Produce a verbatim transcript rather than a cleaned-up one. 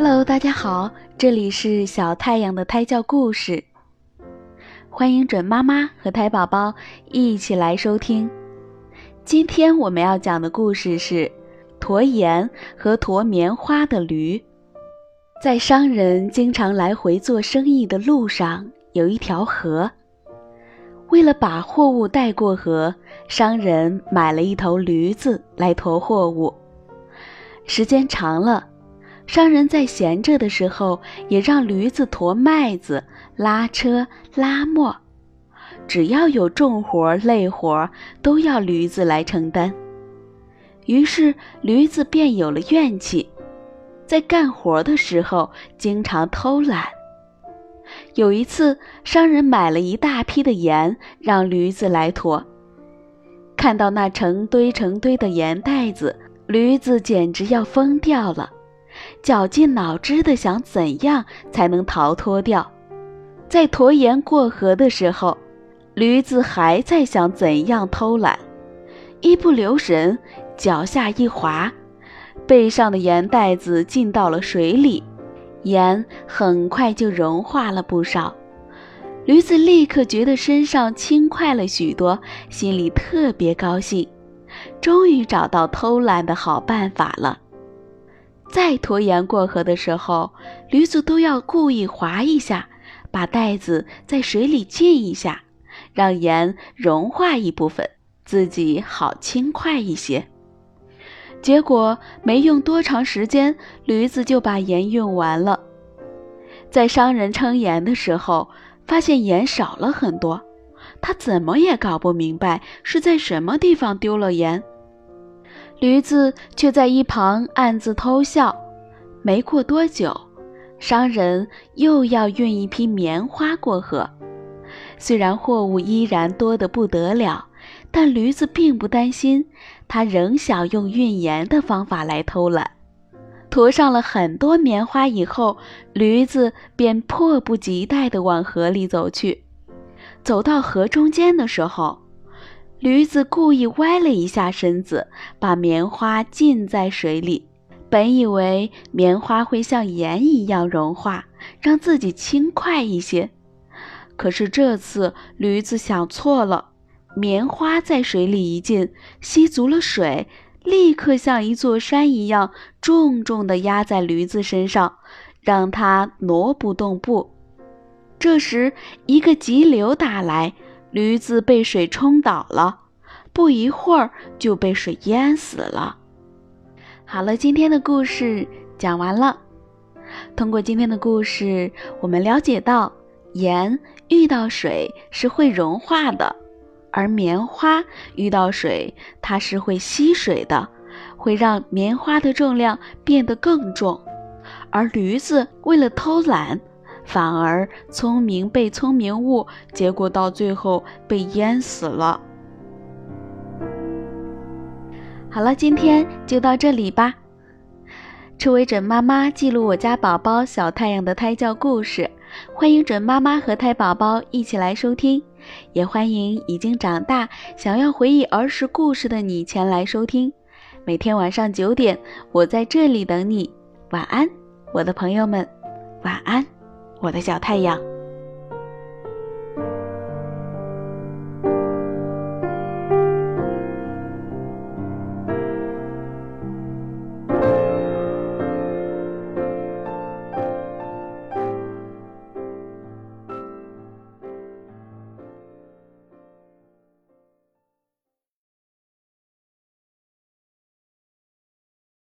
Hello， 大家好，这里是小太阳的胎教故事，欢迎准妈妈和胎宝宝一起来收听。今天我们要讲的故事是驮盐和驮棉花的驴。在商人经常来回做生意的路上，有一条河。为了把货物带过河，商人买了一头驴子来驮货物。时间长了，商人在闲着的时候也让驴子驮麦子、拉车、拉磨，只要有重活累活都要驴子来承担。于是驴子便有了怨气，在干活的时候经常偷懒。有一次，商人买了一大批的盐让驴子来驮，看到那成堆成堆的盐袋子，驴子简直要疯掉了，绞尽脑汁地想怎样才能逃脱掉。在驮盐过河的时候，驴子还在想怎样偷懒，一不留神脚下一滑，背上的盐袋子进到了水里，盐很快就融化了不少。驴子立刻觉得身上轻快了许多，心里特别高兴，终于找到偷懒的好办法了。再驮盐过河的时候，驴子都要故意滑一下，把袋子在水里浸一下，让盐融化一部分，自己好轻快一些。结果没用多长时间，驴子就把盐运完了。在商人称盐的时候，发现盐少了很多，他怎么也搞不明白是在什么地方丢了盐。驴子却在一旁暗自偷笑。没过多久，商人又要运一批棉花过河。虽然货物依然多得不得了，但驴子并不担心，他仍想用运盐的方法来偷懒。驮上了很多棉花以后，驴子便迫不及待地往河里走去。走到河中间的时候，驴子故意歪了一下身子，把棉花浸在水里。本以为棉花会像盐一样融化，让自己轻快一些，可是这次驴子想错了。棉花在水里一浸，吸足了水，立刻像一座山一样重重地压在驴子身上，让它挪不动步。这时一个急流打来，驴子被水冲倒了，不一会儿就被水淹死了。好了，今天的故事讲完了。通过今天的故事，我们了解到盐遇到水是会融化的，而棉花遇到水它是会吸水的，会让棉花的重量变得更重。而驴子为了偷懒，反而聪明被聪明误，结果到最后被淹死了。好了，今天就到这里吧。赤微准妈妈记录我家宝宝小太阳的胎教故事，欢迎准妈妈和胎宝宝一起来收听，也欢迎已经长大想要回忆儿时故事的你前来收听。每天晚上九点，我在这里等你。晚安，我的朋友们，晚安，我的小太阳。